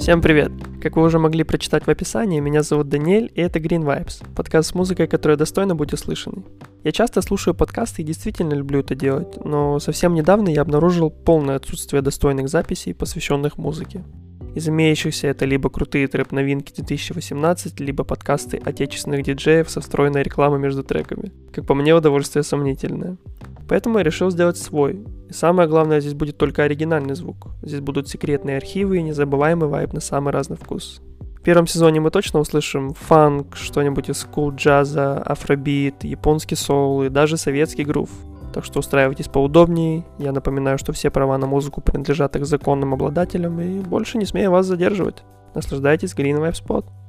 Всем привет! Как вы уже могли прочитать в описании, меня зовут Даниэль, и это Green Vibes, подкаст с музыкой, которая достойна быть услышанной. Я часто слушаю подкасты и действительно люблю это делать, но совсем недавно я обнаружил полное отсутствие достойных записей, посвященных музыке. Из имеющихся это либо крутые трэп-новинки 2018, либо подкасты отечественных диджеев со встроенной рекламой между треками. Как по мне, удовольствие сомнительное. Поэтому я решил сделать свой. И самое главное, здесь будет только оригинальный звук. Здесь будут секретные архивы и незабываемый вайб на самый разный вкус. В первом сезоне мы точно услышим фанк, что-нибудь из скул-джаза, афробит, японский соул и даже советский грув. Так что устраивайтесь поудобнее. Я напоминаю, что все права на музыку принадлежат их законным обладателям, и больше не смею вас задерживать. Наслаждайтесь Green Vibes Pod.